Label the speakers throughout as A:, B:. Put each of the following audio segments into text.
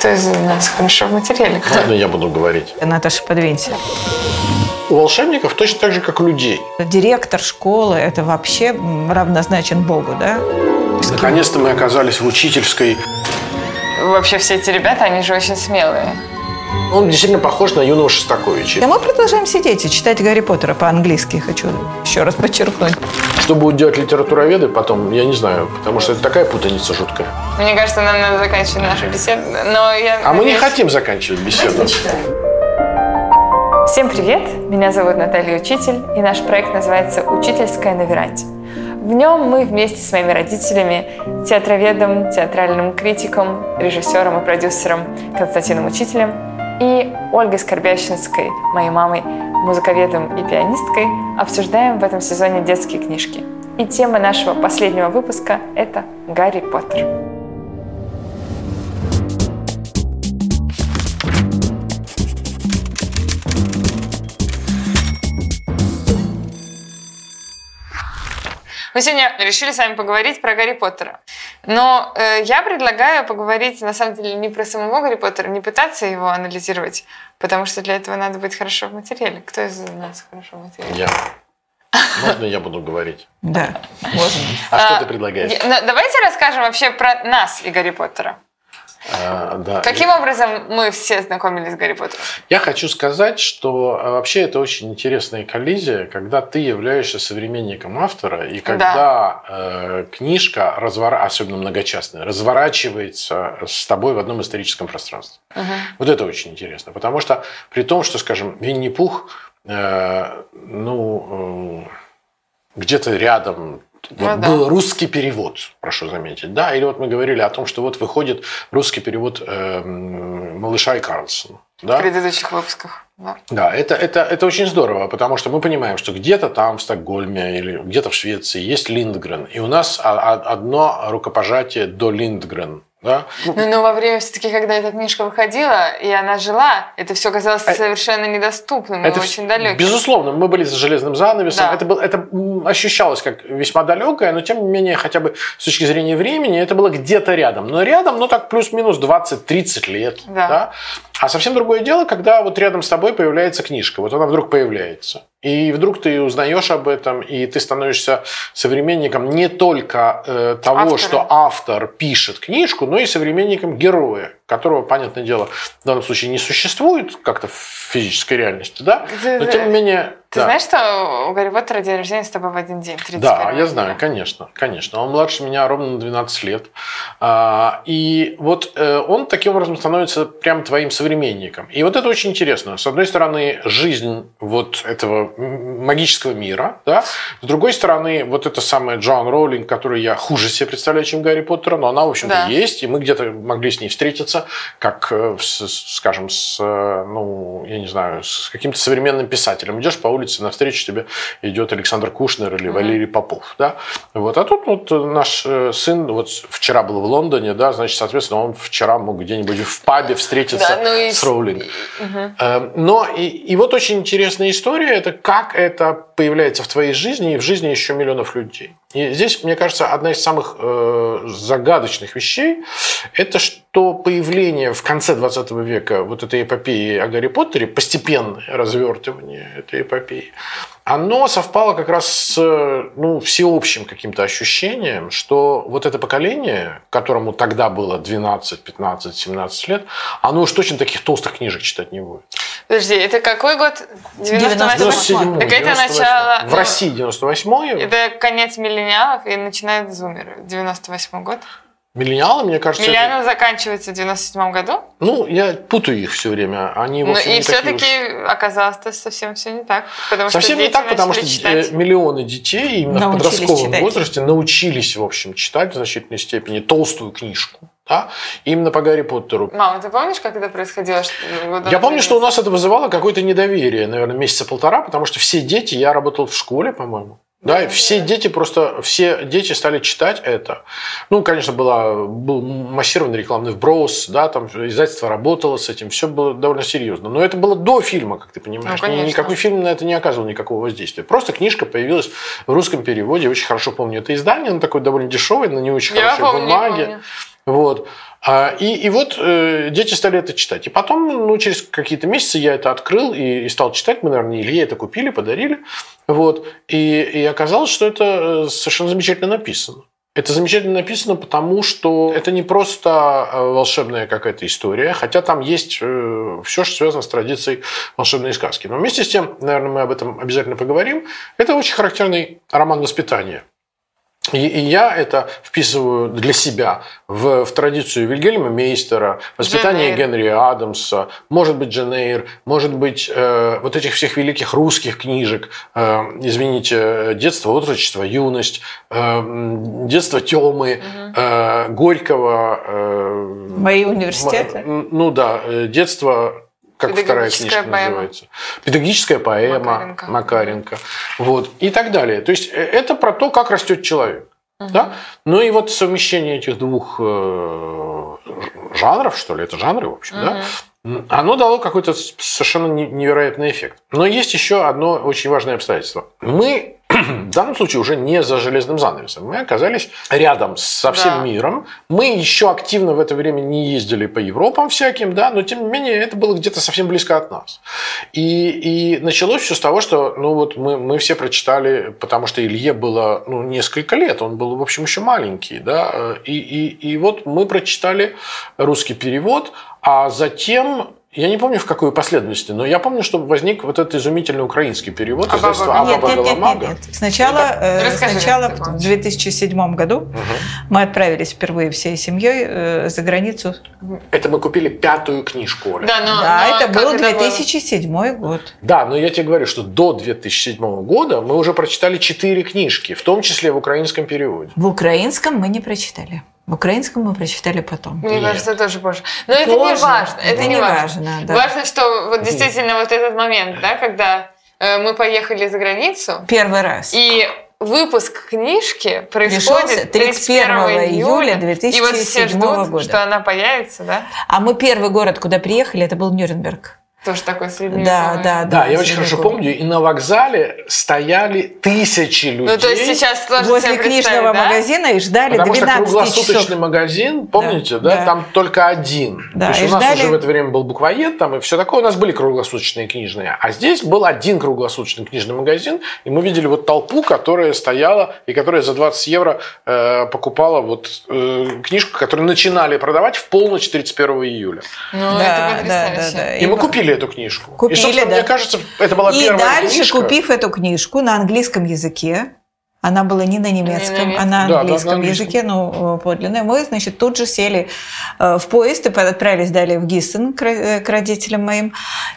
A: Кто из нас хорошо в материале?
B: Ладно, я буду говорить.
C: Наташа, подвинься.
B: У волшебников точно так же, как у людей.
C: Директор школы – это вообще равнозначен Богу, да?
B: Наконец-то мы оказались в учительской.
A: Вообще все эти ребята, они же очень смелые.
B: Он действительно похож на юного Шостаковича.
C: И мы продолжаем сидеть и читать Гарри Поттера по-английски, хочу еще раз подчеркнуть.
B: Что будут делать литературоведы потом, я не знаю, потому что это такая путаница жуткая.
A: Мне кажется, нам надо заканчивать нашу беседу,
B: мы не хотим заканчивать беседу.
A: Всем привет! Меня зовут Наталья Учитель, и наш проект называется «Учительская на веранде». В нем мы вместе с моими родителями, театроведом, театральным критиком, режиссером и продюсером Константином Учителем и Ольгой Скорбящинской, моей мамой, музыковедом и пианисткой, обсуждаем в этом сезоне детские книжки. И тема нашего последнего выпуска – это Гарри Поттер. Мы сегодня решили с вами поговорить про Гарри Поттера. Но я предлагаю поговорить, на самом деле, не про самого Гарри Поттера, не пытаться его анализировать, потому что для этого надо быть хорошо в материале. Кто из нас хорошо в материале?
B: Я. Можно я буду говорить?
C: Да, можно.
B: А что ты предлагаешь?
A: Давайте расскажем вообще про нас и Гарри Поттера.
B: Да.
A: Каким образом мы все знакомились с Гарри Поттером?
B: Я хочу сказать, что вообще это очень интересная коллизия, когда ты являешься современником автора, и когда книжка, особенно многочастная, разворачивается с тобой в одном историческом пространстве. Угу. Вот это очень интересно, потому что при том, что, скажем, Винни-Пух, где-то рядом был русский перевод, прошу заметить. Да? Или вот мы говорили о том, что вот выходит русский перевод «Малыша и Карлсона». Да?
A: В предыдущих выпусках.
B: Да, это очень здорово, потому что мы понимаем, что где-то там, в Стокгольме или где-то в Швеции есть Линдгрен. И у нас одно рукопожатие до Линдгрен. Да?
A: Но во время все-таки, когда эта книжка выходила, и она жила, это все казалось совершенно недоступным и очень далеким.
B: Безусловно, мы были за железным занавесом. Да. Это ощущалось как весьма далекое, но тем не менее, хотя бы с точки зрения времени, это было где-то рядом. Но рядом, так плюс-минус 20-30 лет. Да. Да? А совсем другое дело, когда вот рядом с тобой появляется книжка. Вот она вдруг появляется. И вдруг ты узнаешь об этом, и ты становишься современником не только того, что автор пишет книжку, но и современником героя, которого, понятное дело, в данном случае не существует как-то в физической реальности, да? Но тем не менее...
A: Ты знаешь, что у Гарри Поттера день рождения с тобой в один день?
B: Да, я знаю, конечно. Он младше меня ровно на 12 лет. И вот он таким образом становится прям твоим современником. И вот это очень интересно. С одной стороны, жизнь вот этого магического мира, да? С другой стороны, вот эта самая Джоан Роулинг, которую я хуже себе представляю, чем Гарри Поттера, но она, в общем-то, есть, и мы где-то могли с ней встретиться, как, скажем, я не знаю, с каким-то современным писателем. Идешь по улице, навстречу тебе идет Александр Кушнер или Валерий Попов. Да? Вот. А тут вот наш сын вот вчера был в Лондоне, да, значит, соответственно, он вчера мог где-нибудь в пабе встретиться с Роулинг. Но и вот очень интересная история, это как это появляется в твоей жизни и в жизни еще миллионов людей. И здесь, мне кажется, одна из самых загадочных вещей – это что появление в конце 20 века вот этой эпопеи о Гарри Поттере, постепенное развертывание этой эпопеи, оно совпало как раз с всеобщим каким-то ощущением, что вот это поколение, которому тогда было 12, 15, 17 лет, оно уж точно таких толстых книжек читать не будет.
A: Подожди, это какой год?
B: 97-й.
A: Так это начало...
B: В России 98-й.
A: Это конец миллениалов и начинают зумеры. 98-й год.
B: Миллениалы, мне кажется...
A: Миллениалы заканчиваются в 97-м году?
B: Я путаю их все время. Они
A: и все-таки оказалось-то совсем все не так.
B: Совсем не так, потому что миллионы детей именно в подростковом возрасте научились, в общем, читать в значительной степени толстую книжку. Да? Именно по Гарри Поттеру.
A: Мама, ты помнишь, как это происходило?
B: Я помню, что у нас это вызывало какое-то недоверие, наверное, месяца полтора, потому что все дети, я работал в школе, по-моему, да, и все дети стали читать это. Конечно, был массированный рекламный вброс, да, там издательство работало с этим, все было довольно серьезно. Но это было до фильма, как ты понимаешь. Никакой фильм на это не оказывал никакого воздействия. Просто книжка появилась в русском переводе. Я очень хорошо помню это издание, оно такое довольно дешевое, на не очень хорошей бумаге. Вот. И вот дети стали это читать. И потом, через какие-то месяцы я это открыл и стал читать. Мы, наверное, Илье это купили, подарили. Вот. И оказалось, что это совершенно замечательно написано. Это замечательно написано, потому что это не просто волшебная какая-то история, хотя там есть все, что связано с традицией волшебной сказки. Но вместе с тем, наверное, мы об этом обязательно поговорим, это очень характерный роман воспитания. И я это вписываю для себя в традицию Вильгельма Мейстера, воспитание Генри Адамса, может быть, Джейн Эйр, может быть, вот этих всех великих русских книжек, извините, «Детство, отрочество, юность», «Детство Тёмы», Горького.
C: «Мои университеты».
B: Ну да, «Детство». Как вторая книжка называется. Педагогическая поэма Макаренко. Вот, и так далее. То есть это про то, как растет человек. Да? Ну и вот совмещение этих двух жанров, что ли, это жанры, в общем, да, оно дало какой-то совершенно невероятный эффект. Но есть еще одно очень важное обстоятельство. Мы в данном случае уже не за железным занавесом. Мы оказались рядом со всем миром. Мы еще активно в это время не ездили по Европам всяким, да, но тем не менее это было где-то совсем близко от нас. И началось все с того, что мы все прочитали, потому что Илье было несколько лет, он был, в общем, еще маленький, да, и вот мы прочитали русский перевод, а затем... Я не помню, в какой последовательности, но я помню, что возник вот этот изумительный украинский перевод издательства «Абаба Галамага».
C: Нет. Сначала в 2007 году мы отправились впервые всей семьей за границу.
B: Это мы купили 5-ю книжку, Оля.
C: Да, это был 2007 год.
B: Да, но я тебе говорю, что до 2007 года мы уже прочитали 4 книжки, в том числе в украинском переводе.
C: В украинском мы не прочитали. В украинском мы прочитали потом.
A: Мне кажется, тоже позже. Но это не важно. Это не важно. Да. Важно, что вот действительно вот этот момент, да, когда мы поехали за границу.
C: Первый раз.
A: И выпуск книжки происходит 31 июля 2007
C: года.
A: И вот все ждут, что она появится, да?
C: А мы первый город, куда приехали, это был Нюрнберг.
A: Тоже такой средневековый.
B: Да, я очень хорошо помню. И на вокзале стояли тысячи людей.
A: Ну, то есть сейчас сложно
C: возле книжного магазина и ждали 12 часов.
B: Потому что круглосуточный магазин, помните, да? Там только один.
C: Да,
B: то есть у нас уже в это время был буквоед, там и все такое. У нас были круглосуточные книжные. А здесь был один круглосуточный книжный магазин. И мы видели вот толпу, которая стояла и которая за 20 евро покупала вот книжку, которую начинали продавать в полночь 31 июля.
A: Ну, это потрясающе.
B: И мы купили эту книжку.
C: Купили,
B: и, собственно, мне кажется, это была первая
C: книжка. И дальше,
B: книжка.
C: купив эту книжку на английском языке, она была не на немецком, а на английском языке, подлинная. Мы, значит, тут же сели в поезд и отправились далее в Гиссен к родителям моим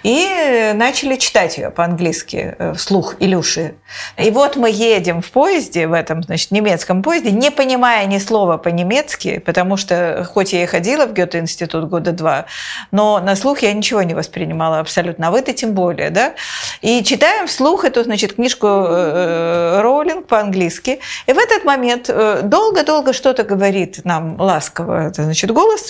C: и начали читать ее по-английски вслух Илюши. И вот мы едем в поезде, в этом, значит, немецком поезде, не понимая ни слова по-немецки, потому что, хоть я и ходила в Гёте-институт года 2, но на слух я ничего не воспринимала абсолютно, а вы-то тем более, да? И читаем вслух эту, значит, книжку Роулинг по-английски. И в этот момент долго-долго что-то говорит нам ласково, это, значит, голос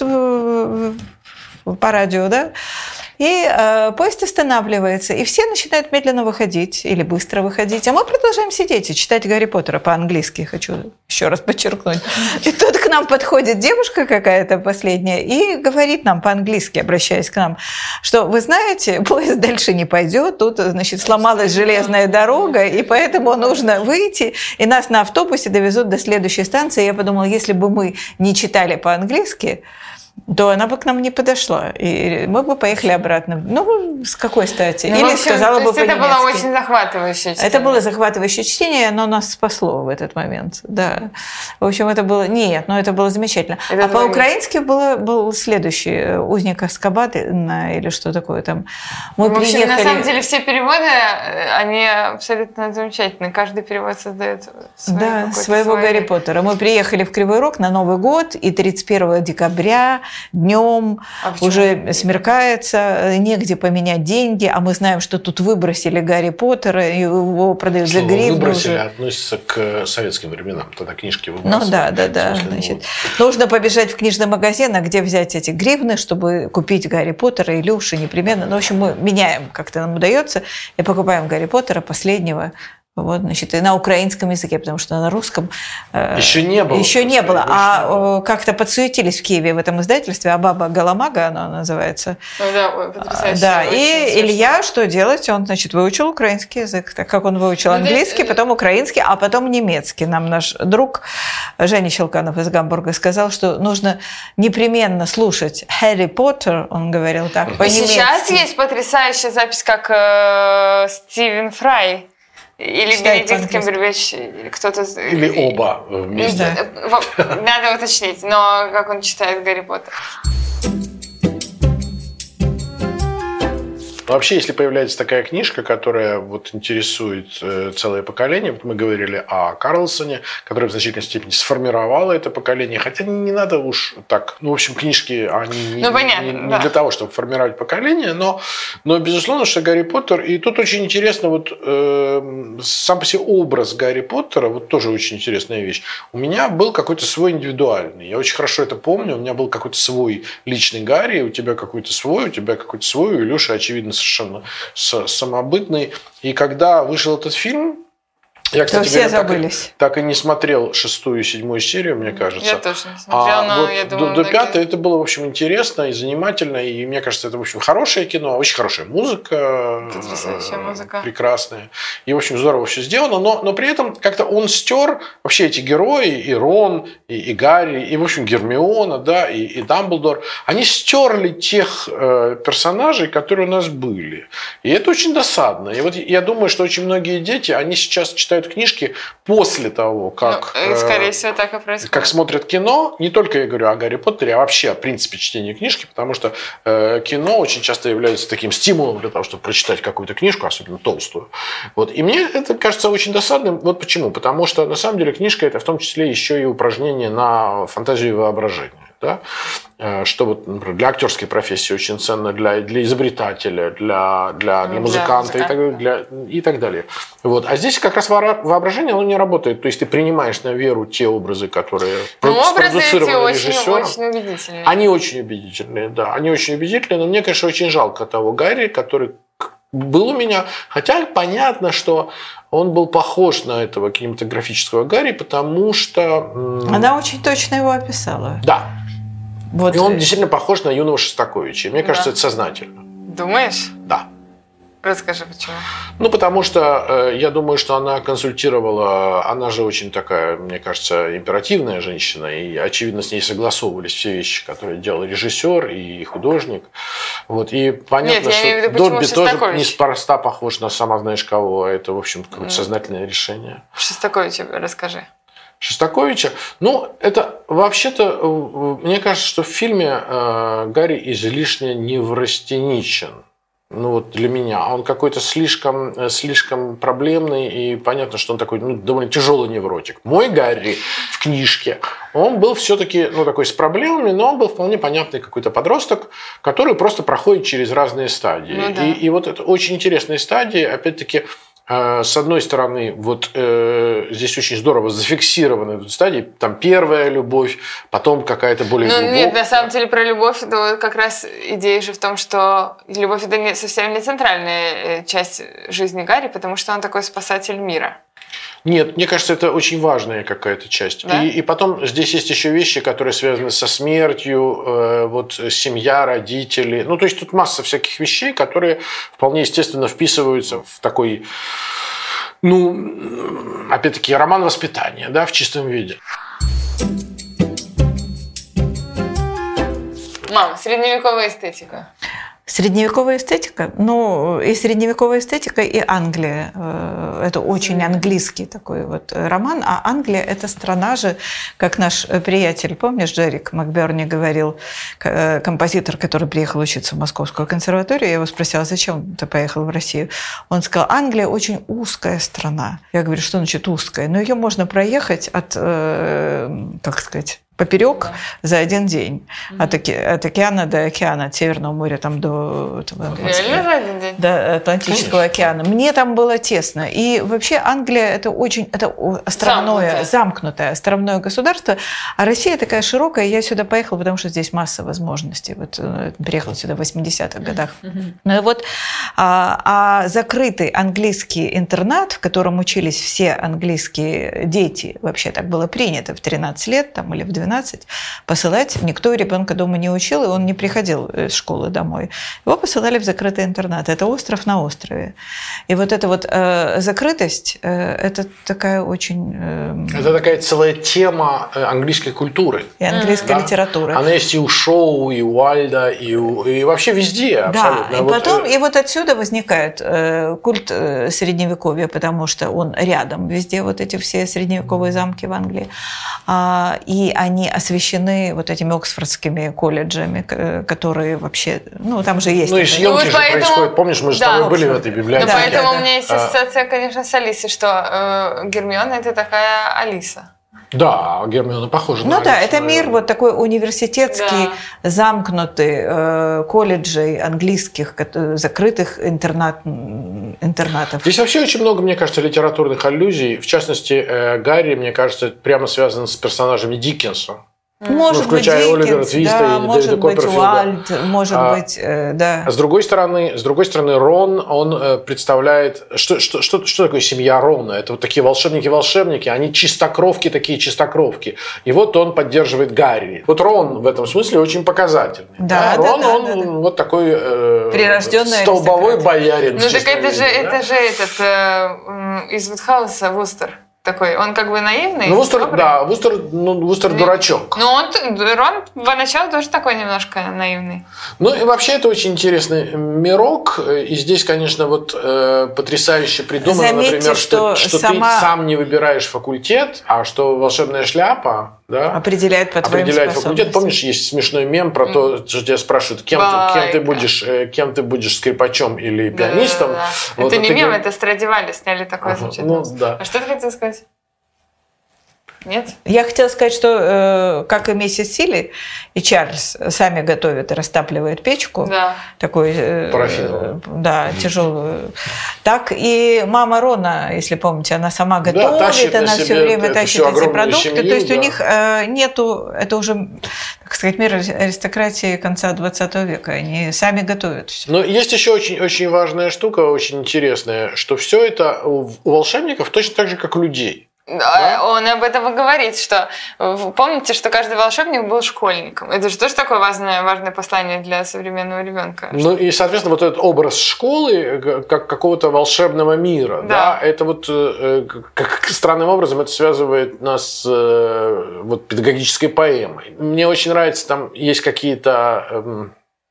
C: по радио, да? И поезд останавливается, и все начинают медленно выходить или быстро выходить, а мы продолжаем сидеть и читать Гарри Поттера по-английски, хочу еще раз подчеркнуть. И тут к нам подходит девушка какая-то последняя и говорит нам по-английски, обращаясь к нам, что, вы знаете, поезд дальше не пойдет, тут, значит, сломалась железная дорога, и поэтому нужно выйти, и нас на автобусе довезут до следующей станции. Я подумала, если бы мы не читали по-английски, то она бы к нам не подошла, и мы бы поехали обратно. Ну, с какой стати?
A: Ну,
C: или
A: общем,
C: сказала бы по-немецки.
A: Это было очень захватывающее чтение.
C: Это было захватывающее чтение, и оно нас спасло в этот момент. Да. В общем, это было... Нет, но это было замечательно. Это по-украински был следующий «Узник Азкабана» или что такое там. Мы
A: в общем,
C: приехали...
A: на самом деле все переводы, они абсолютно замечательные. Каждый перевод создает
C: своего Гарри Поттера. Мы приехали в Кривой Рог на Новый год, и 31 декабря днем уже смеркается, негде поменять деньги, а мы знаем, что тут выбросили Гарри Поттера, и его продают за гривну.
B: Выбросили относится к советским временам, тогда книжки выбросили.
C: Ну да. Значит, нужно побежать в книжный магазин, а где взять эти гривны, чтобы купить Гарри Поттера, Илюши непременно. Ну, в общем, мы меняем, как-то нам удается, и покупаем Гарри Поттера последнего Вот, значит, и на украинском языке, потому что на русском
B: еще не было.
C: Еще не было. А как-то подсуетились в Киеве в этом издательстве, «Абаба Галамага» оно называется.
A: Да, потрясающе.
C: Да, и Илья, что делать? Он, значит, выучил украинский язык. Так как он выучил английский, потом украинский, а потом немецкий. Нам наш друг Женя Щелканов из Гамбурга сказал, что нужно непременно слушать «Harry Potter», он говорил так, по-немецки.
A: Сейчас есть потрясающая запись, как Стивен Фрай. Или Бенедикт Камбербэтч, или кто-то...
B: Или оба вместе.
A: Надо уточнить, но как он читает Гарри Поттер.
B: Вообще, если появляется такая книжка, которая вот интересует целое поколение, мы говорили о Карлсоне, который в значительной степени сформировал это поколение, хотя не надо уж так, в общем, книжки, они не для того, чтобы формировать поколение, но безусловно, что Гарри Поттер, и тут очень интересно, вот сам по себе образ Гарри Поттера, вот тоже очень интересная вещь. У меня был какой-то свой индивидуальный, я очень хорошо это помню, у меня был какой-то свой личный Гарри, у тебя какой-то свой, у Илюши, очевидно, совершенно самобытный. И когда вышел этот фильм, я, кстати говоря, так и не смотрел 6-ю и 7-ю серию, мне кажется.
A: Я тоже не смотрел, но я думаю...
B: До 5-й это было, в общем, интересно и занимательно. И мне кажется, это, в общем, хорошее кино, очень хорошая музыка.
A: Потрясающая музыка.
B: Прекрасная. И, в общем, здорово все сделано. Но при этом как-то он стер вообще эти герои, и Рон, и Гарри, и, в общем, Гермиона, да, и Дамблдор. Они стерли тех персонажей, которые у нас были. И это очень досадно. И вот я думаю, что очень многие дети, они сейчас читают книжки после того, как,
A: скорее всего, так и происходит.
B: Как смотрят кино. Не только я говорю о Гарри Поттере, а вообще о принципе чтения книжки, потому что кино очень часто является таким стимулом для того, чтобы прочитать какую-то книжку, особенно толстую. Вот. И мне это кажется очень досадным. Вот почему? Потому что на самом деле книжка – это в том числе еще и упражнение на фантазию и воображение. Да? Что вот, например, для актерской профессии очень ценно, для изобретателя, для музыканта и так далее. Вот. А здесь как раз воображение оно не работает. То есть ты принимаешь на веру те образы, которые спродуцированы режиссером.
A: Очень убедительные.
B: Они очень убедительные, да. Они очень убедительные, но мне, конечно, очень жалко того Гарри, который был у меня. Хотя понятно, что он был похож на этого кинематографического Гарри, потому что...
C: Она очень точно его описала.
B: Да. Вот. И он действительно похож на юного Шостаковича. Мне кажется, это сознательно.
A: Думаешь?
B: Да.
A: Расскажи, почему.
B: Потому что я думаю, что она консультировала, она же очень такая, мне кажется, императивная женщина, и, очевидно, с ней согласовывались все вещи, которые делал режиссер и художник. Вот. И понятно, что Добби тоже неспроста похож на сама знаешь кого, это, в общем, какое-то сознательное решение.
A: Шостаковича расскажи.
B: Шостаковича. Это вообще-то, мне кажется, что в фильме Гарри излишне неврастеничен. Для меня. Он какой-то слишком проблемный, и понятно, что он такой довольно тяжелый невротик. Мой Гарри в книжке, он был все-таки такой с проблемами, но он был вполне понятный какой-то подросток, который просто проходит через разные стадии. И вот это очень интересные стадии, опять-таки, с одной стороны, здесь очень здорово зафиксированы эти стадии. Там первая любовь, потом какая-то более глубокая.
A: Нет, на самом деле про любовь, это как раз идея же в том, что любовь – это совсем не центральная часть жизни Гарри, потому что он такой спасатель мира.
B: Нет, мне кажется, это очень важная какая-то часть. Да? И потом здесь есть еще вещи, которые связаны со смертью, семья, родители. То есть тут масса всяких вещей, которые вполне естественно вписываются в такой, опять-таки, роман воспитания, да, в чистом виде.
A: Мам, средневековая эстетика.
C: Средневековая эстетика, и средневековая эстетика, и Англия. Это очень английский такой роман. А Англия – это страна же, как наш приятель, помнишь, Джерик Макберни говорил, композитор, который приехал учиться в Московскую консерваторию, я его спросила, зачем ты поехал в Россию? Он сказал, Англия очень узкая страна. Я говорю, что значит узкая? Ее можно проехать от, поперек за один день. От океана до океана, от Северного моря там до Атлантического океана. Мне там было тесно. И вообще Англия это островное, замкнутое островное государство, а Россия такая широкая. Я сюда поехала, потому что здесь масса возможностей. Вот приехала сюда в 80-х годах. Ну и вот закрытый английский интернат, в котором учились все английские дети, вообще так было принято в 13 лет там, или в 12, посылать. Никто ребенка дома не учил, и он не приходил из школы домой. Его посылали в закрытый интернат. Это остров на острове. И вот эта вот закрытость, это такая очень...
B: Это такая целая тема английской культуры.
C: И английской литературы.
B: Она есть и у Шоу, и у Альда, и вообще везде. Абсолютно.
C: Да, и потом, и вот отсюда возникает культ Средневековья, потому что он рядом. Везде вот эти все средневековые замки в Англии. И они освещены вот этими оксфордскими колледжами, которые вообще... Ну, там же есть...
B: Ну, и съемки же происходят. Помнишь, мы же с тобой были в этой библиотеке.
A: Да, поэтому у меня есть ассоциация, конечно, с Алисой, что Гермиона – это такая Алиса.
B: Да, Гермиона похожа на Алису.
C: Ну да, это мир вот такой университетский, замкнутый, колледжей английских, закрытых интернатов.
B: Здесь вообще очень много, мне кажется, литературных аллюзий. В частности, Гарри, мне кажется, прямо связан с персонажами Диккенса.
C: Может быть,
B: Оливера Твиста,
C: да,
B: или
C: может
B: Дэвида
C: быть,
B: Копперфилда.
C: Уальд, может быть, да.
B: С другой стороны, Рон, он представляет... Что такое семья Рона? Это вот такие волшебники, они чистокровки. И вот он поддерживает Гарри. Вот Рон в этом смысле очень показательный.
C: Да,
B: Рон,
C: да.
B: вот такой
C: прирожденный
B: столбовой боярин.
A: Ну, так это же из Вудхауса Вустер. Такой, он как бы наивный.
B: Ну, Вустер дурачок.
A: Ну, Рон поначалу тоже такой немножко наивный.
B: Ну, и вообще это очень интересный мирок. И здесь, конечно, вот потрясающе придумано,
C: заметьте,
B: например, что ты сам не выбираешь факультет, а что волшебная шляпа
C: определяет по твоим способностям.
B: Факультет. Помнишь, есть смешной мем про то, что тебя спрашивают, кем ты будешь скрипачом или пианистом.
A: Да. Вот это не мем, это Страдивали сняли такое замечательное.
B: Да.
A: А что ты хотел сказать? Нет?
C: Я хотела сказать, что как и миссис Силли и Чарльз сами готовят и растапливают печку, такой тяжелую, так и мама Рона, если помните, она сама готовит, она все время тащит эти продукты. То есть у них нету, это уже, так сказать, мир аристократии конца 20 века, они сами готовят все.
B: Но есть еще очень, очень важная штука, очень интересная, что все это у волшебников точно так же, как у людей.
A: Да? Он об этом и говорит, что помните, что каждый волшебник был школьником. Это же тоже такое важное послание для современного ребенка.
B: Ну и, соответственно, вот этот образ школы как какого-то волшебного мира, да, это вот как странным образом это связывает нас с вот, педагогической поэмой. Мне очень нравится, там есть какие-то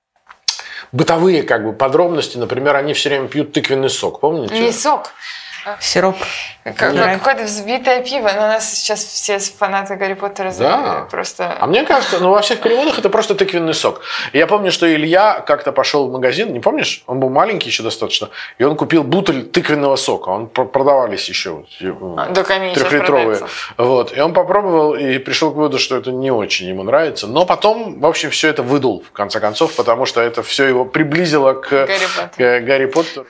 B: бытовые как бы подробности. Например, они все время пьют тыквенный сок, помните?
A: Не сок.
C: Сироп.
A: Какое-то взбитое пиво. Но у нас сейчас все фанаты Гарри Поттера просто...
B: А мне кажется, во всех переводах это просто тыквенный сок. И я помню, что Илья как-то пошел в магазин, не помнишь? Он был маленький еще достаточно. И он купил бутыль тыквенного сока. Он продавались еще трехлитровые. Вот. И он попробовал и пришел к выводу, что это не очень ему нравится. Но потом, в общем, все это выдул, в конце концов, потому что это все его приблизило к Гарри Поттеру.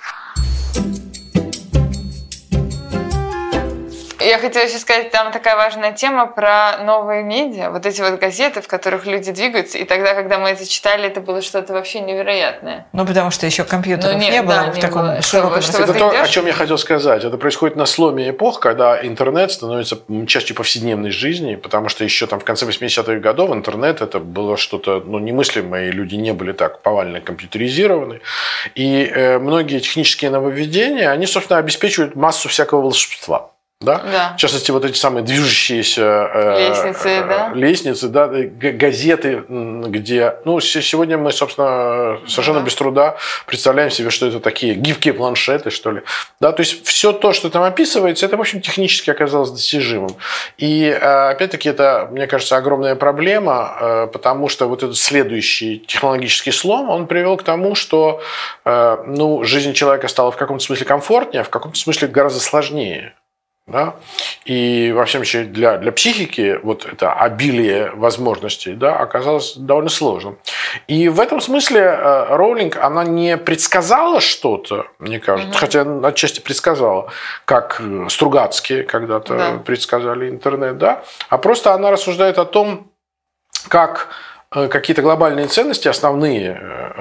A: Я хотела еще сказать, там такая важная тема про новые медиа, вот эти вот газеты, в которых люди двигаются, и тогда, когда мы это читали, это было что-то вообще невероятное.
C: Ну, потому что еще компьютеров не было в таком широком...
B: Это то, о чем я хотел сказать. Это происходит на сломе эпох, когда интернет становится частью повседневной жизни, потому что еще там в конце 80-х годов интернет это было что-то немыслимое, и люди не были так повально компьютеризированы. И многие технические нововведения, они, собственно, обеспечивают массу всякого волшебства. Да? В частности, вот эти самые движущиеся лестницы, газеты, где... Ну, сегодня мы, собственно, совершенно без труда представляем себе, что это такие гибкие планшеты, что ли. Да? То есть, все то, что там описывается, это, в общем, технически оказалось достижимым. И, опять-таки, это, мне кажется, огромная проблема, потому что вот этот следующий технологический слом, он привел к тому, что жизнь человека стала в каком-то смысле комфортнее, а в каком-то смысле гораздо сложнее. Да? И, во всяком случае, для психики вот это обилие возможностей, да, оказалось довольно сложным. И в этом смысле Роулинг, она не предсказала что-то, мне кажется, хотя отчасти предсказала, как Стругацкие когда-то предсказали интернет, да, а просто она рассуждает о том, как какие-то глобальные ценности, основные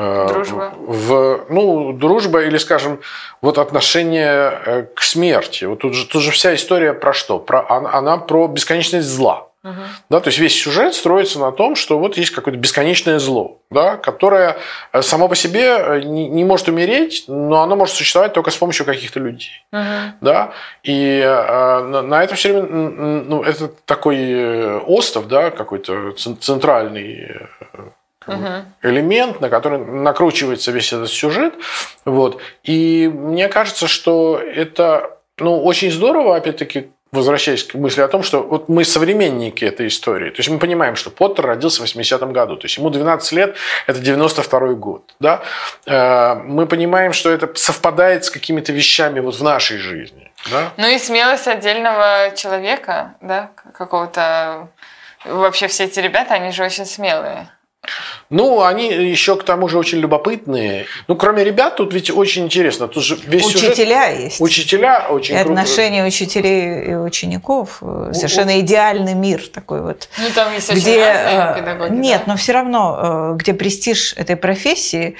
B: дружба или, скажем, вот отношение к смерти. Вот тут же вся история про что? Она про бесконечность зла. Да, то есть весь сюжет строится на том, что вот есть какое-то бесконечное зло, да, которое само по себе не может умереть, но оно может существовать только с помощью каких-то людей. Да? И на это все время это такой остров, да, какой-то центральный элемент, на который накручивается весь этот сюжет. Вот. И мне кажется, что это очень здорово, опять-таки, возвращаясь к мысли о том, что вот мы современники этой истории. То есть мы понимаем, что Поттер родился в 80-м году. То есть ему 12 лет, это 92-й год. Да? Мы понимаем, что это совпадает с какими-то вещами вот в нашей жизни. Да?
A: Ну и смелость отдельного человека, да, какого-то... Вообще все эти ребята, они же очень смелые.
B: Они еще к тому же очень любопытные. Кроме ребят, тут ведь очень интересно. Тут же весь
C: учителя
B: сюжет...
C: есть.
B: Учителя очень
C: круто. Отношения учителей и учеников. Совершенно идеальный мир такой вот.
A: Там есть очень разные педагоги.
C: Нет, но все равно, где престиж этой профессии,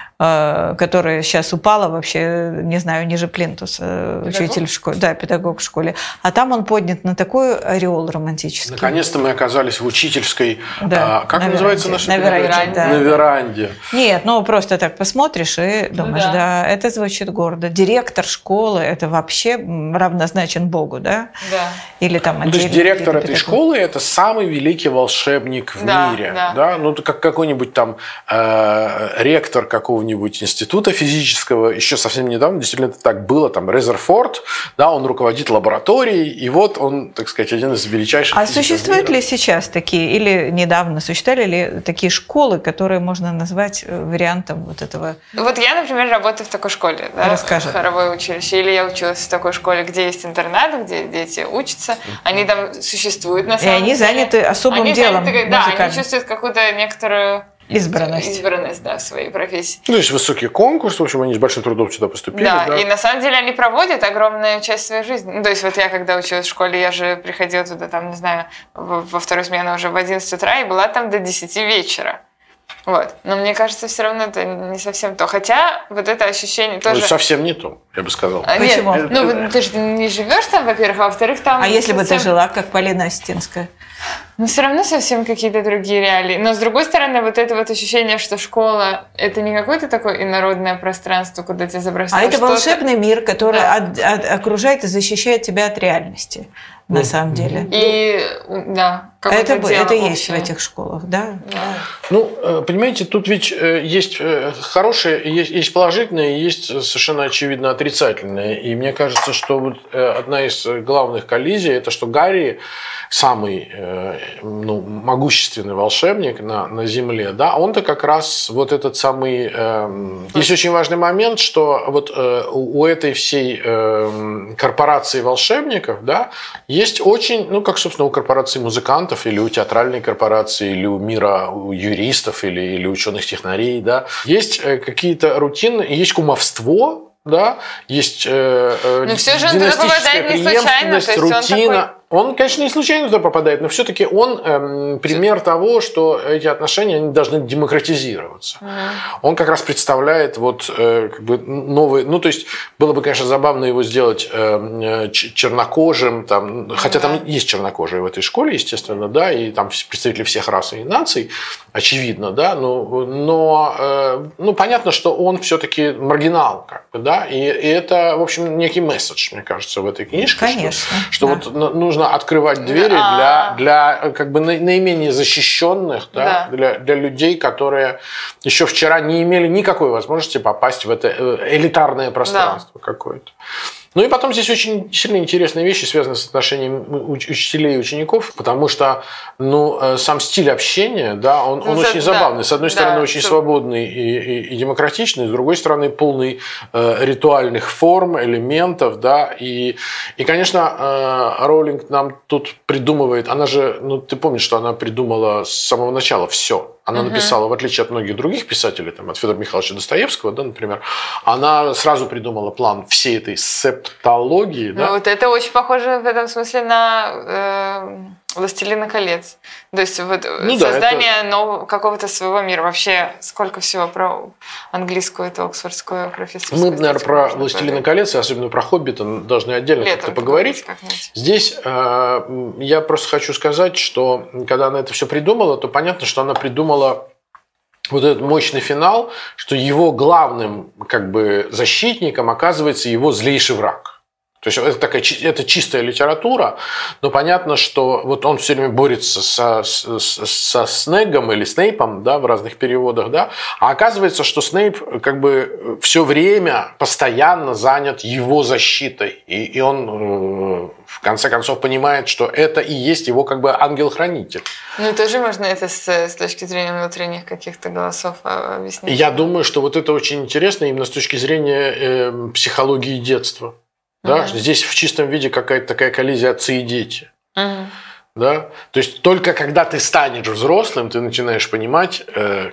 C: которая сейчас упала вообще, не знаю, ниже плинтуса, учитель в школе, да, педагог в школе. А там он поднят на такой ореол романтический.
B: Наконец-то мы оказались в учительской, как называется наша
C: на веранде.
B: На веранде.
C: Нет, просто так посмотришь и думаешь, да, это звучит гордо. Директор школы, это вообще равнозначен Богу, да?
A: Да.
C: Или там
B: то есть директор этой школы – это самый великий волшебник в мире. Да? Как какой-нибудь там ректор какого-нибудь института физического, еще совсем недавно действительно это так было, там Резерфорд, да, он руководит лабораторией, и вот он, так сказать, один из величайших.
C: А существуют ли сейчас такие, или недавно существовали ли такие школы, которые можно назвать вариантом вот этого?
A: Вот я, например, работаю в такой школе, да,
C: расскажи.
A: Хоровое училище, или я училась в такой школе, где есть интернат, где дети учатся, они там существуют на самом деле.
C: И они заняты особым делом.
A: Да, они чувствуют какую-то некоторую
C: избранность,
A: да, в своей профессии.
B: То есть высокий конкурс, в общем, они с большим трудом сюда поступили.
A: Да, и на самом деле они проводят огромную часть своей жизни. То есть вот я, когда училась в школе, я же приходила туда, там, не знаю, во вторую смену уже в 11 утра и была там до 10 вечера. Вот. Но мне кажется, все равно это не совсем то. Хотя вот это ощущение тоже...
B: совсем не то, я бы сказал.
C: Почему?
A: Ты же не живешь там, во-первых, а во-вторых, там...
C: А если бы ты жила, как Полина Осетинская?
A: Все равно совсем какие-то другие реалии. Но, с другой стороны, вот это вот ощущение, что школа – это не какое-то такое инородное пространство, куда тебя забросают.
C: А это волшебный мир, который окружает и защищает тебя от реальности, на самом деле.
A: И, да,
C: это есть в этих школах, да?
B: Понимаете, тут ведь есть хорошее, есть положительное, есть совершенно очевидно отрицательное. И мне кажется, что вот одна из главных коллизий – это что Гарри самый могущественный волшебник на Земле, да, он-то как раз вот этот самый... Есть очень важный момент, что вот у этой всей корпорации волшебников, да, есть очень, как, собственно, у корпорации музыкантов или у театральной корпорации, или у мира у юристов, или ученых-технарей, да, есть какие-то рутины, есть кумовство, да, есть династическая преемственность, рутина. Он, конечно, не случайно туда попадает, но все-таки он пример того, что эти отношения они должны демократизироваться. Он как раз представляет новые... то есть было бы, конечно, забавно его сделать чернокожим, хотя там есть чернокожие в этой школе, естественно, да, и там представители всех рас и наций, очевидно, да, но понятно, что он все-таки маргинал, да, и это, в общем, некий месседж, мне кажется, в этой книжке.
C: Конечно.
B: Что вот нужно открывать двери для как бы наименее защищенных, да, для людей, которые еще вчера не имели никакой возможности попасть в это элитарное пространство какое-то. Ну и потом здесь очень сильно интересные вещи, связанные с отношением учителей и учеников, потому что сам стиль общения, да, он очень забавный. С одной стороны, очень свободный и демократичный, с другой стороны, полный ритуальных форм, элементов, да, и конечно, Роулинг нам тут придумывает, она же, ты помнишь, что она придумала с самого начала все. Она написала, в отличие от многих других писателей, там, от Федора Михайловича Достоевского, да, например, она сразу придумала план всей этой септологии. Да?
A: Вот это очень похоже в этом смысле на «Властелина колец». То есть создание нового, какого-то своего мира. Вообще, сколько всего про английскую, это оксфордскую профессорскую.
B: Мы, наверное, про «Властелина колец», и особенно про «Хоббита» должны отдельно как-то поговорить. Здесь я просто хочу сказать, что когда она это все придумала, то понятно, что она придумала вот этот мощный финал, что его главным защитником оказывается его злейший враг. То есть это чистая литература, но понятно, что вот он все время борется со Снегом или Снейпом, да, в разных переводах, да, а оказывается, что Снейп все время постоянно занят его защитой, и он в конце концов понимает, что это и есть его ангел-хранитель.
A: Тоже можно это с точки зрения внутренних каких-то голосов объяснить.
B: Я думаю, что вот это очень интересно именно с точки зрения психологии детства. Да, здесь в чистом виде какая-то такая коллизия отцы и дети. Да? То есть только когда ты станешь взрослым, ты начинаешь понимать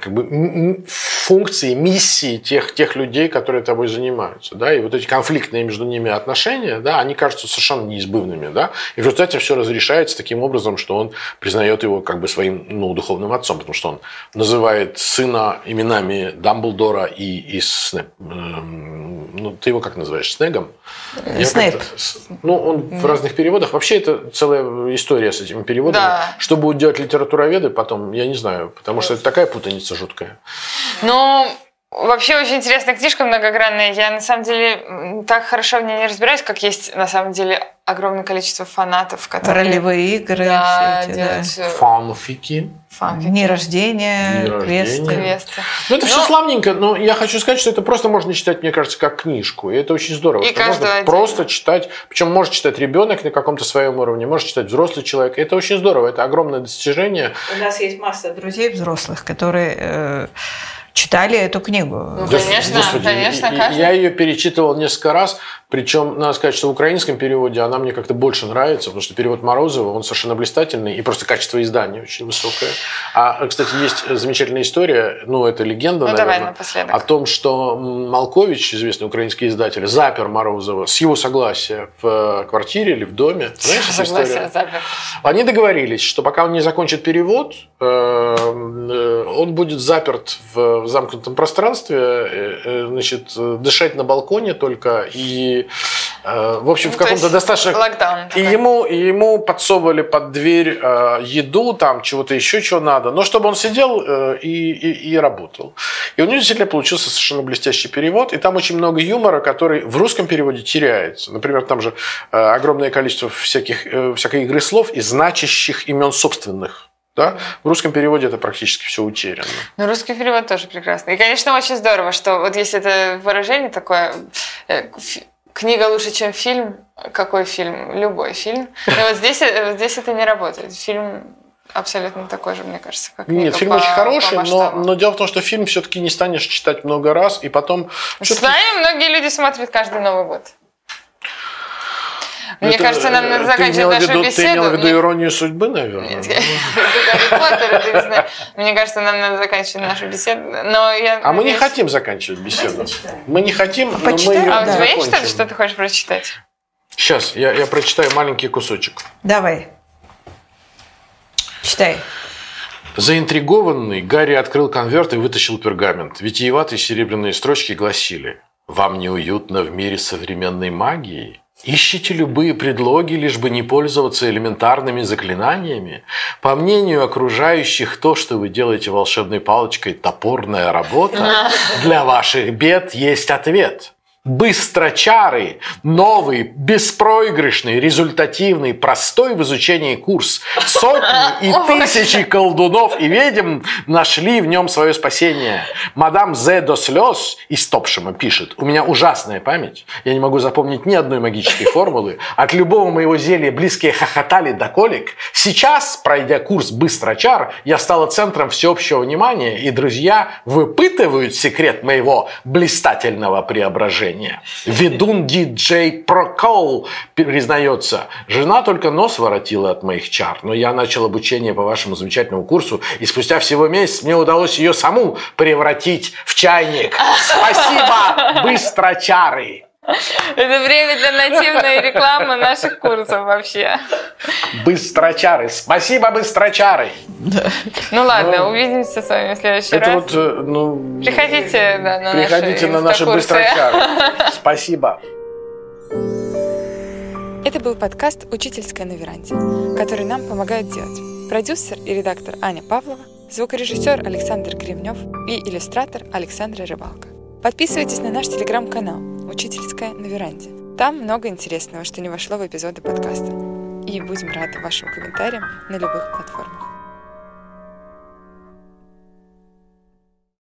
B: функции, миссии тех людей, которые тобой занимаются. Да? И вот эти конфликтные между ними отношения, да, они кажутся совершенно неизбывными. Да? И в результате все разрешается таким образом, что он признает его своим духовным отцом, потому что он называет сына именами Дамблдора и Снэп. Ты его как называешь? Снегом?
C: Снэп.
B: Он в разных переводах. Вообще это целая история с этими переводами. Да. Что будут делать литературоведы потом, я не знаю, потому что это такая путаница жуткая.
A: Вообще очень интересная книжка, многогранная. Я на самом деле так хорошо в ней не разбираюсь, как есть на самом деле огромное количество фанатов, которые...
C: Ролевые игры,
A: делают...
B: Фанфики.
C: Дни рождения, квесты.
B: Это все славненько, но я хочу сказать, что это просто можно читать, мне кажется, как книжку. И это очень здорово.
A: И
B: можно просто читать. Причем может читать ребенок на каком-то своем уровне, может читать взрослый человек. Это очень здорово. Это огромное достижение.
C: У нас есть масса друзей взрослых, которые... читали эту книгу.
A: Конечно, Господи, конечно.
B: Я ее перечитывал несколько раз, причем, надо сказать, что в украинском переводе она мне как-то больше нравится, потому что перевод Морозова, он совершенно блистательный, и просто качество издания очень высокое. Кстати, есть замечательная история, это легенда, наверное, о том, что Малкович, известный украинский издатель, запер Морозова с его согласия в квартире или в доме. Знаешь, эту историю?
A: Запер.
B: Они договорились, что пока он не закончит перевод, он будет заперт в замкнутом пространстве, дышать на балконе только и, в общем, в каком-то достаточно...
A: Локдаун.
B: И ему подсовывали под дверь еду, там чего-то еще, чего надо, но чтобы он сидел и работал. И у него действительно получился совершенно блестящий перевод, и там очень много юмора, который в русском переводе теряется. Например, там же огромное количество всякой игры слов и значащих имен собственных. Да? В русском переводе это практически все утеряно.
A: Русский перевод тоже прекрасный. И, конечно, очень здорово, что вот есть это выражение такое, книга лучше, чем фильм. Какой фильм? Любой фильм. Но вот здесь это не работает. Фильм абсолютно такой же, мне кажется, как книга.
B: Нет, фильм очень хороший, но дело в том, что фильм все-таки не станешь читать много раз, и потом...
A: Знаем, многие люди смотрят каждый Новый год. Мне кажется, нам надо заканчивать нашу беседу.
B: Ты имела в виду «Иронию судьбы», наверное?
A: Нет, Гарри Поттер, мне кажется, нам надо заканчивать нашу беседу.
B: Мы не хотим заканчивать беседу. Мы не хотим, но мы ее закончим.
A: А у тебя есть что-то, что ты хочешь прочитать?
B: Сейчас, я прочитаю маленький кусочек.
C: Давай. Читай.
B: Заинтригованный, Гарри открыл конверт и вытащил пергамент. Витиеватые серебряные строчки гласили: «Вам неуютно в мире современной магии? Ищите любые предлоги, лишь бы не пользоваться элементарными заклинаниями. По мнению окружающих, то, что вы делаете волшебной палочкой, топорная работа. Для ваших бед есть ответ. Быстрочары. Новый, беспроигрышный, результативный, простой в изучении курс. Сотни и тысячи колдунов и ведьм нашли в нем свое спасение. Мадам Зе до слез из Топшема пишет: у меня ужасная память. Я не могу запомнить ни одной магической формулы. От любого моего зелья близкие хохотали до колик. Сейчас, пройдя курс Быстрочар, я стала центром всеобщего внимания, и друзья выпытывают секрет моего блистательного преображения. Ведун диджей Прокол признается: жена только нос воротила от моих чар, но я начал обучение по вашему замечательному курсу, и спустя всего месяц мне удалось ее саму превратить в чайник. Спасибо, Быстрочары!
A: Это время для нативной рекламы наших курсов вообще.
B: Быстрочары. Спасибо, Быстрочары.
A: Да. Ну ладно, увидимся с вами в следующий раз. Приходите на наши
B: Быстрочары. Спасибо.
A: Это был подкаст «Учительская на веранде», который нам помогают делать продюсер и редактор Аня Павлова, звукорежиссер Александр Кремнев и иллюстратор Александра Рыбалка. Подписывайтесь на наш телеграм-канал «Учительская на веранде». Там много интересного, что не вошло в эпизоды подкаста. И будем рады вашим комментариям на любых платформах.